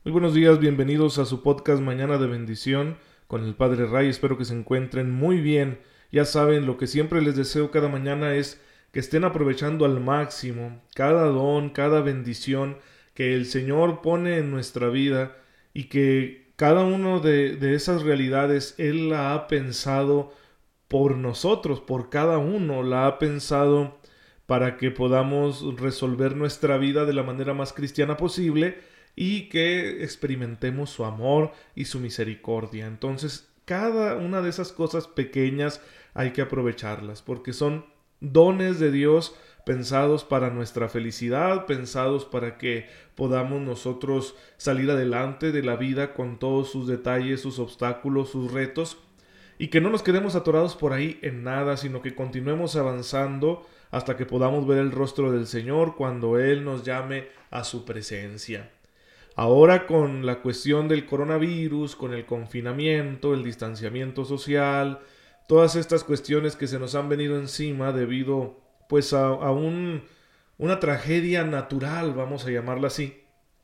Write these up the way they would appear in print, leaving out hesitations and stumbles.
Muy buenos días, bienvenidos a su podcast Mañana de Bendición con el Padre Ray. Espero que se encuentren muy bien. Ya saben, lo que siempre les deseo cada mañana es que estén aprovechando al máximo cada don, cada bendición que el Señor pone en nuestra vida y que cada uno de esas realidades Él la ha pensado por nosotros, por cada uno, la ha pensado para que podamos resolver nuestra vida de la manera más cristiana posible y que experimentemos su amor y su misericordia. Entonces, cada una de esas cosas pequeñas hay que aprovecharlas, porque son dones de Dios pensados para nuestra felicidad, pensados para que podamos nosotros salir adelante de la vida con todos sus detalles, sus obstáculos, sus retos, y que no nos quedemos atorados por ahí en nada, sino que continuemos avanzando hasta que podamos ver el rostro del Señor cuando Él nos llame a su presencia. Ahora con la cuestión del coronavirus, con el confinamiento, el distanciamiento social, todas estas cuestiones que se nos han venido encima debido pues a una tragedia natural, vamos a llamarla así,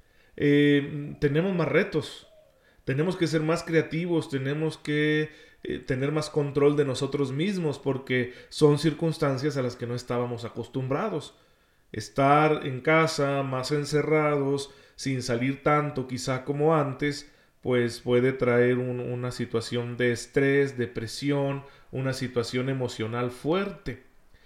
tenemos más retos, tenemos que ser más creativos, tenemos que tener más control de nosotros mismos porque son circunstancias a las que no estábamos acostumbrados. Estar en casa, más encerrados, sin salir tanto quizá como antes, pues puede traer una situación de estrés, depresión, una situación emocional fuerte.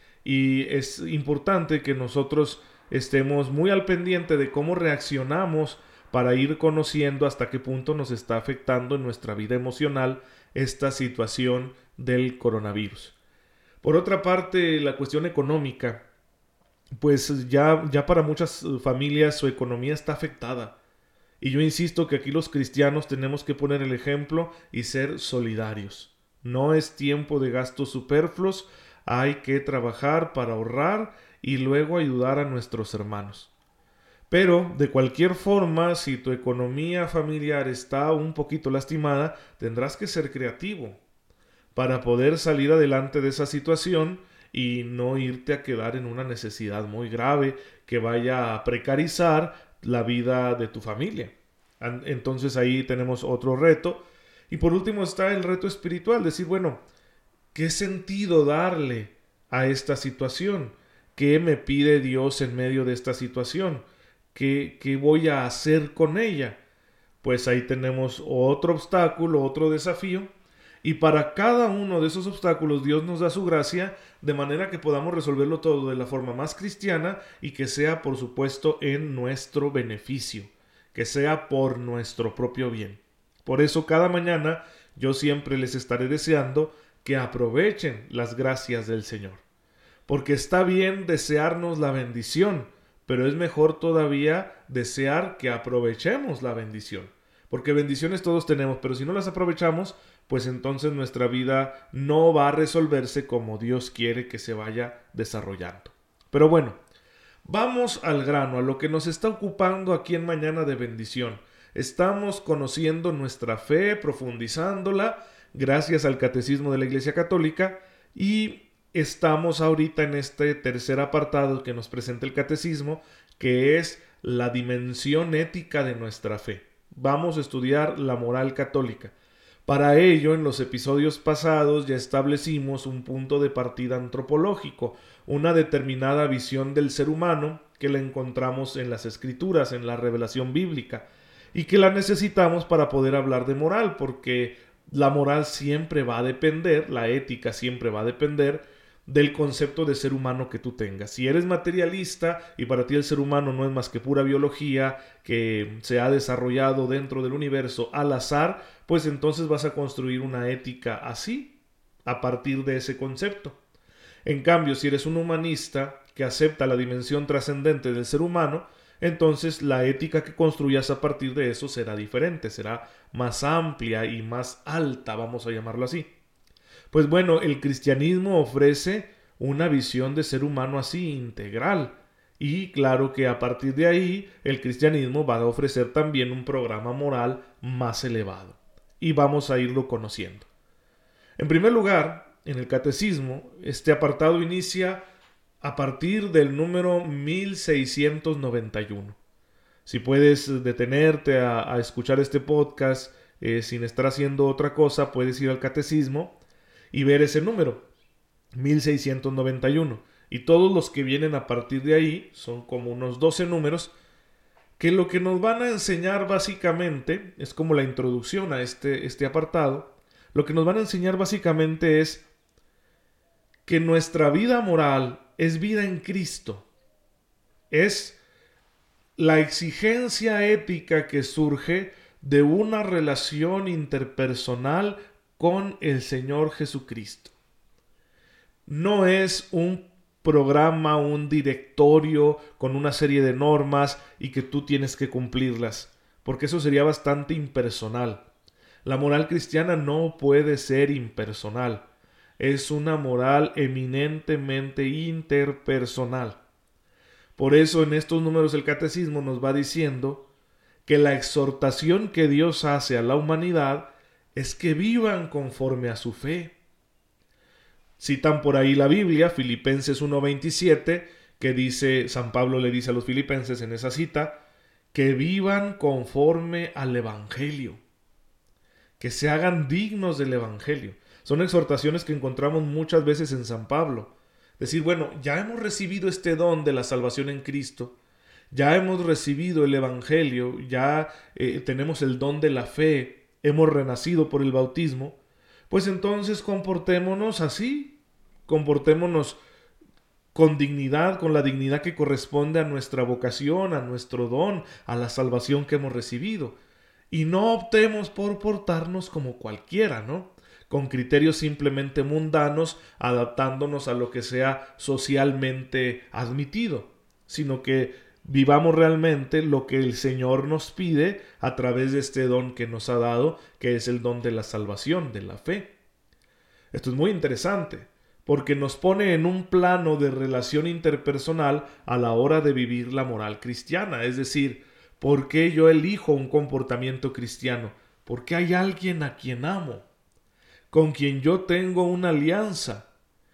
Y es importante que nosotros estemos muy al pendiente de cómo reaccionamos para ir conociendo hasta qué punto nos está afectando en nuestra vida emocional esta situación del coronavirus. Por otra parte, la cuestión económica, pues ya para muchas familias su economía está afectada. Y yo insisto que aquí los cristianos tenemos que poner el ejemplo y ser solidarios. No es tiempo de gastos superfluos, hay que trabajar para ahorrar y luego ayudar a nuestros hermanos. Pero, de cualquier forma, si tu economía familiar está un poquito lastimada, tendrás que ser creativo para poder salir adelante de esa situación y no irte a quedar en una necesidad muy grave que vaya a precarizar la vida de tu familia. Entonces ahí tenemos otro reto. Y por último está el reto espiritual, decir, bueno, ¿qué sentido darle a esta situación? ¿Qué me pide Dios en medio de esta situación? ¿Qué voy a hacer con ella? Pues ahí tenemos otro obstáculo, otro desafío. Y para cada uno de esos obstáculos Dios nos da su gracia de manera que podamos resolverlo todo de la forma más cristiana y que sea, por supuesto, en nuestro beneficio, que sea por nuestro propio bien. Por eso cada mañana yo siempre les estaré deseando que aprovechen las gracias del Señor. Porque está bien desearnos la bendición, pero es mejor todavía desear que aprovechemos la bendición. Porque bendiciones todos tenemos, pero si no las aprovechamos, pues entonces nuestra vida no va a resolverse como Dios quiere que se vaya desarrollando. Pero bueno, vamos al grano, a lo que nos está ocupando aquí en Mañana de Bendición. Estamos conociendo nuestra fe, profundizándola, gracias al Catecismo de la Iglesia Católica, y estamos ahorita en este tercer apartado que nos presenta el Catecismo, que es la dimensión ética de nuestra fe. Vamos a estudiar la moral católica. Para ello, en los episodios pasados ya establecimos un punto de partida antropológico, una determinada visión del ser humano que la encontramos en las escrituras, en la revelación bíblica, y que la necesitamos para poder hablar de moral, porque la moral siempre va a depender, la ética siempre va a depender del concepto de ser humano que tú tengas. Si eres materialista y para ti el ser humano no es más que pura biología que se ha desarrollado dentro del universo al azar, pues entonces vas a construir una ética así, a partir de ese concepto. En cambio, si eres un humanista que acepta la dimensión trascendente del ser humano, entonces la ética que construyas a partir de eso será diferente, será más amplia y más alta, vamos a llamarlo así. Pues bueno, el cristianismo ofrece una visión de ser humano así integral. Y claro que a partir de ahí el cristianismo va a ofrecer también un programa moral más elevado. Y vamos a irlo conociendo. En primer lugar, en el catecismo, este apartado inicia a partir del número 1691. Si puedes detenerte a escuchar este podcast sin estar haciendo otra cosa, puedes ir al catecismo y ver ese número, 1691. Y todos los que vienen a partir de ahí son como unos 12 números que lo que nos van a enseñar básicamente, es como la introducción a este apartado, lo que nos van a enseñar básicamente es que nuestra vida moral es vida en Cristo. Es la exigencia ética que surge de una relación interpersonal con el Señor Jesucristo. No es un programa, un directorio con una serie de normas y que tú tienes que cumplirlas, porque eso sería bastante impersonal. La moral cristiana no puede ser impersonal. Es una moral eminentemente interpersonal. Por eso en estos números el catecismo nos va diciendo que la exhortación que Dios hace a la humanidad es que vivan conforme a su fe. Citan por ahí la Biblia, Filipenses 1:27, que dice, San Pablo le dice a los filipenses en esa cita, que vivan conforme al Evangelio, que se hagan dignos del Evangelio. Son exhortaciones que encontramos muchas veces en San Pablo. Decir, bueno, ya hemos recibido este don de la salvación en Cristo, ya hemos recibido el Evangelio, ya tenemos el don de la fe, hemos renacido por el bautismo, pues entonces comportémonos así, comportémonos con dignidad, con la dignidad que corresponde a nuestra vocación, a nuestro don, a la salvación que hemos recibido. Y no optemos por portarnos como cualquiera, ¿no? Con criterios simplemente mundanos, adaptándonos a lo que sea socialmente admitido, sino que vivamos realmente lo que el Señor nos pide a través de este don que nos ha dado, que es el don de la salvación, de la fe. Esto es muy interesante, porque nos pone en un plano de relación interpersonal a la hora de vivir la moral cristiana. Es decir, ¿por qué yo elijo un comportamiento cristiano? Porque hay alguien a quien amo, con quien yo tengo una alianza,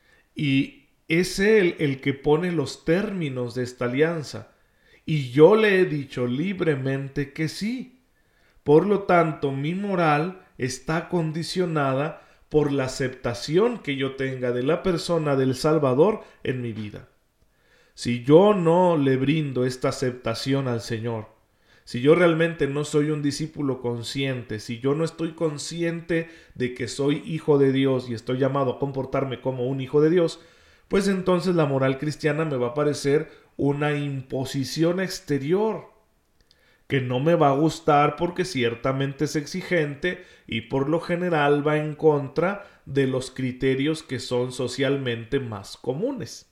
y es Él el que pone los términos de esta alianza, y yo le he dicho libremente que sí. Por lo tanto, mi moral está condicionada por la aceptación que yo tenga de la persona del Salvador en mi vida. Si yo no le brindo esta aceptación al Señor, si yo realmente no soy un discípulo consciente, si yo no estoy consciente de que soy hijo de Dios y estoy llamado a comportarme como un hijo de Dios, pues entonces la moral cristiana me va a parecer una imposición exterior que no me va a gustar porque ciertamente es exigente y por lo general va en contra de los criterios que son socialmente más comunes.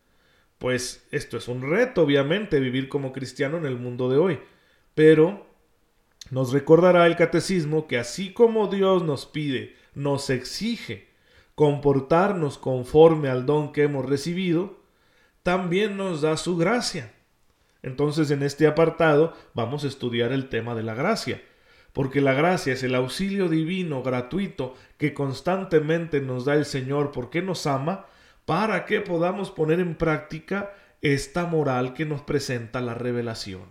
Pues esto es un reto, obviamente, vivir como cristiano en el mundo de hoy. Pero nos recordará el catecismo que así como Dios nos pide, nos exige comportarnos conforme al don que hemos recibido, también nos da su gracia. Entonces en este apartado vamos a estudiar el tema de la gracia, porque la gracia es el auxilio divino gratuito que constantemente nos da el Señor porque nos ama, para que podamos poner en práctica esta moral que nos presenta la revelación.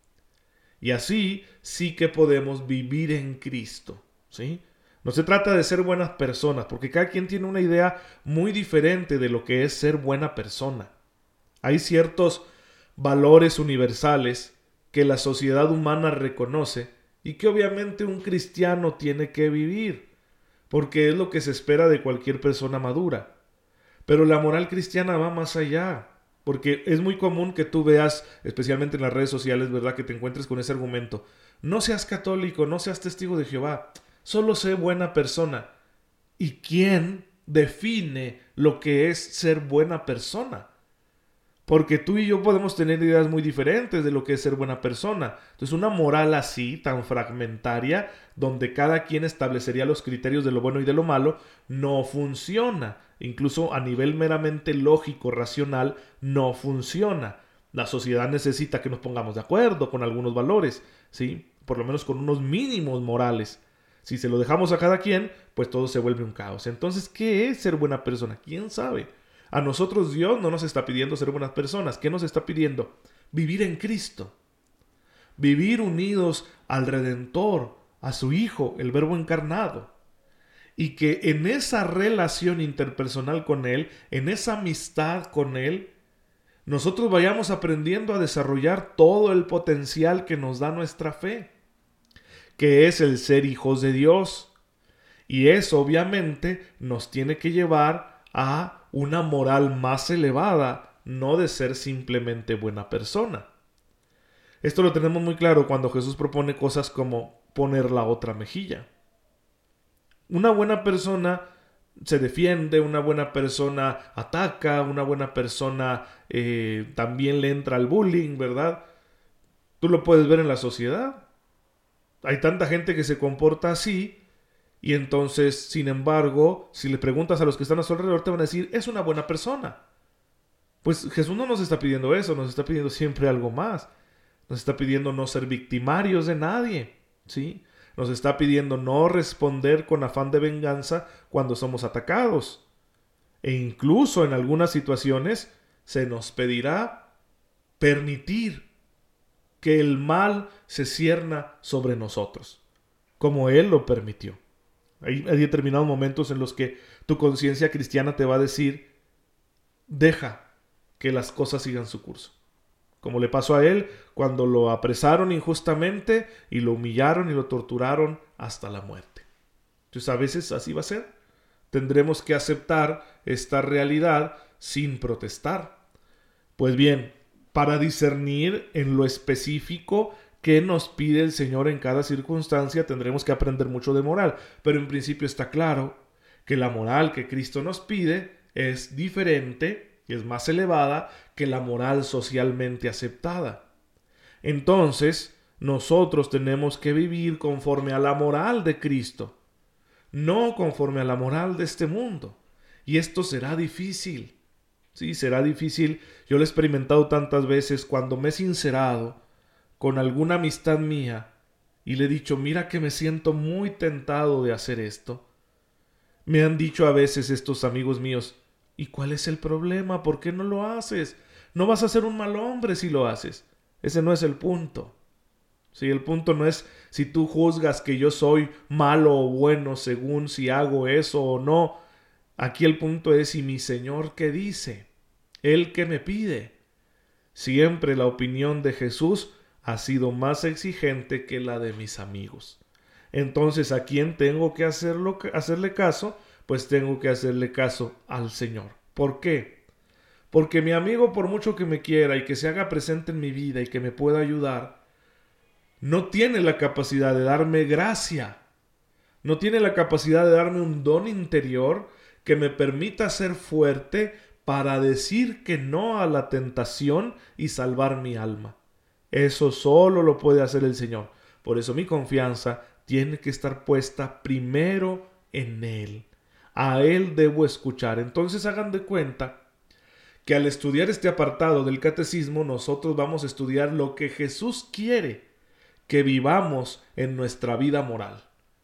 Y así sí que podemos vivir en Cristo, ¿sí? No se trata de ser buenas personas, porque cada quien tiene una idea muy diferente de lo que es ser buena persona. Hay ciertos valores universales que la sociedad humana reconoce y que obviamente un cristiano tiene que vivir, porque es lo que se espera de cualquier persona madura. Pero la moral cristiana va más allá, porque es muy común que tú veas, especialmente en las redes sociales, ¿verdad?, que te encuentres con ese argumento. No seas católico, no seas testigo de Jehová, solo sé buena persona. ¿Y quién define lo que es ser buena persona? Porque tú y yo podemos tener ideas muy diferentes de lo que es ser buena persona. Entonces una moral así, tan fragmentaria, donde cada quien establecería los criterios de lo bueno y de lo malo, no funciona. Incluso a nivel meramente lógico, racional, no funciona. La sociedad necesita que nos pongamos de acuerdo con algunos valores, ¿sí? Por lo menos con unos mínimos morales. Si se lo dejamos a cada quien, pues todo se vuelve un caos. Entonces, ¿qué es ser buena persona? ¿Quién sabe? A nosotros Dios no nos está pidiendo ser buenas personas. ¿Qué nos está pidiendo? Vivir en Cristo. vivir unidos al Redentor, a su Hijo, el Verbo encarnado. Y que en esa relación interpersonal con Él, en esa amistad con Él, nosotros vayamos aprendiendo a desarrollar todo el potencial que nos da nuestra fe, que es el ser hijos de Dios. Y eso obviamente nos tiene que llevar a una moral más elevada, no de ser simplemente buena persona. Esto lo tenemos muy claro cuando Jesús propone cosas como poner la otra mejilla. Una buena persona se defiende, una buena persona ataca, una buena persona también le entra al bullying, ¿verdad? Tú lo puedes ver en la sociedad. Hay tanta gente que se comporta así y entonces, sin embargo, si le preguntas a los que están a su alrededor, te van a decir, es una buena persona. Pues Jesús no nos está pidiendo eso, nos está pidiendo siempre algo más. Nos está pidiendo no ser victimarios de nadie, ¿sí? Nos está pidiendo no responder con afán de venganza cuando somos atacados. E incluso en algunas situaciones se nos pedirá permitir que el mal se cierna sobre nosotros, como Él lo permitió. Hay determinados momentos en los que tu conciencia cristiana te va a decir, deja que las cosas sigan su curso. Como le pasó a él cuando lo apresaron injustamente y lo humillaron y lo torturaron hasta la muerte. Entonces a veces así va a ser. Tendremos que aceptar esta realidad sin protestar. Pues bien, para discernir en lo específico qué nos pide el Señor en cada circunstancia, tendremos que aprender mucho de moral. Pero en principio está claro que la moral que Cristo nos pide es diferente, es más elevada que la moral socialmente aceptada. Entonces, nosotros tenemos que vivir conforme a la moral de Cristo, no conforme a la moral de este mundo. Y esto será difícil. Sí, será difícil. Yo lo he experimentado tantas veces cuando me he sincerado con alguna amistad mía y le he dicho, mira que me siento muy tentado de hacer esto. Me han dicho a veces estos amigos míos, ¿y cuál es el problema? ¿Por qué no lo haces? No vas a ser un mal hombre si lo haces. Ese no es el punto. Sí, el punto no es si tú juzgas que yo soy malo o bueno según si hago eso o no. Aquí el punto es, ¿y mi Señor qué dice? ¿Él qué me pide? Siempre la opinión de Jesús ha sido más exigente que la de mis amigos. Entonces, ¿a quién tengo que hacerle caso? Pues tengo que hacerle caso al Señor. ¿Por qué? Porque mi amigo, por mucho que me quiera y que se haga presente en mi vida y que me pueda ayudar, no tiene la capacidad de darme gracia, no tiene la capacidad de darme un don interior que me permita ser fuerte para decir que no a la tentación y salvar mi alma. Eso solo lo puede hacer el Señor. Por eso mi confianza tiene que estar puesta primero en Él. A Él debo escuchar. Entonces hagan de cuenta que al estudiar este apartado del catecismo nosotros vamos a estudiar lo que Jesús quiere que vivamos en nuestra vida moral.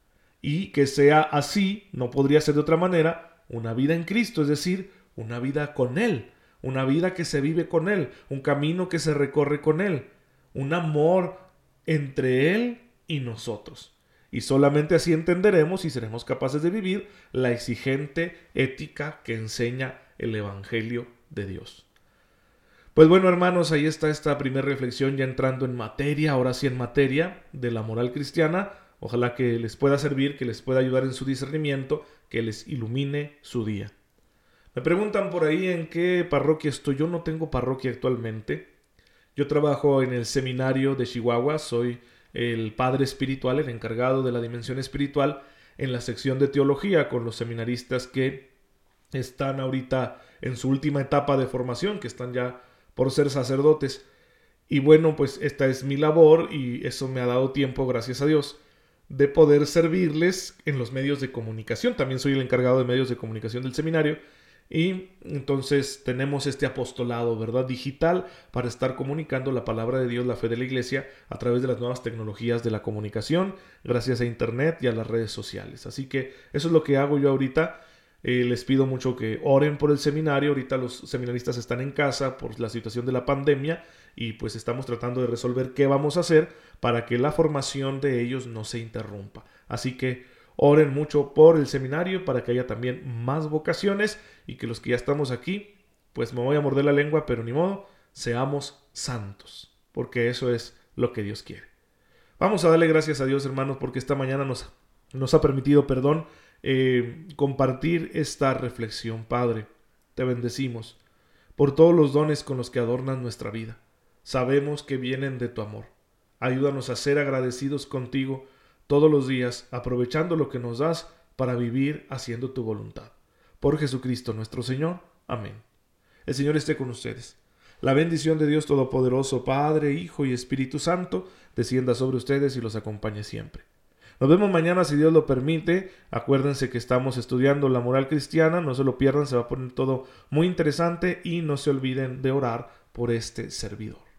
Y que sea así, no podría ser de otra manera, una vida en Cristo, es decir, una vida con Él, una vida que se vive con Él, un camino que se recorre con Él, un amor entre Él y nosotros. Y solamente así entenderemos y seremos capaces de vivir la exigente ética que enseña el Evangelio de Dios. Pues bueno, hermanos, ahí está esta primera reflexión ya entrando en materia, ahora sí en materia de la moral cristiana. Ojalá que les pueda servir, que les pueda ayudar en su discernimiento, que les ilumine su día. Me preguntan por ahí en qué parroquia estoy. Yo no tengo parroquia actualmente. Yo trabajo en el seminario de Chihuahua, soy el padre espiritual, el encargado de la dimensión espiritual en la sección de teología con los seminaristas que están ahorita en su última etapa de formación, que están ya por ser sacerdotes. Y bueno, pues esta es mi labor y eso me ha dado tiempo, gracias a Dios, de poder servirles en los medios de comunicación. También soy el encargado de medios de comunicación del seminario. Y entonces tenemos este apostolado, ¿verdad? Digital para estar comunicando la palabra de Dios, la fe de la iglesia a través de las nuevas tecnologías de la comunicación, gracias a internet y a las redes sociales. Así que eso es lo que hago yo ahorita. Les pido mucho que oren por el seminario. Ahorita los seminaristas están en casa por la situación de la pandemia y pues estamos tratando de resolver qué vamos a hacer para que la formación de ellos no se interrumpa. Así que oren mucho por el seminario para que haya también más vocaciones y que los que ya estamos aquí, pues me voy a morder la lengua, pero ni modo, seamos santos, porque eso es lo que Dios quiere. Vamos a darle gracias a Dios, hermanos, porque esta mañana nos ha permitido, compartir esta reflexión. Padre, te bendecimos por todos los dones con los que adornas nuestra vida. Sabemos que vienen de tu amor. Ayúdanos a ser agradecidos contigo todos los días, aprovechando lo que nos das para vivir haciendo tu voluntad. Por Jesucristo nuestro Señor. Amén. El Señor esté con ustedes. La bendición de Dios Todopoderoso, Padre, Hijo y Espíritu Santo, descienda sobre ustedes y los acompañe siempre. Nos vemos mañana si Dios lo permite. Acuérdense que estamos estudiando la moral cristiana, no se lo pierdan, se va a poner todo muy interesante y no se olviden de orar por este servidor.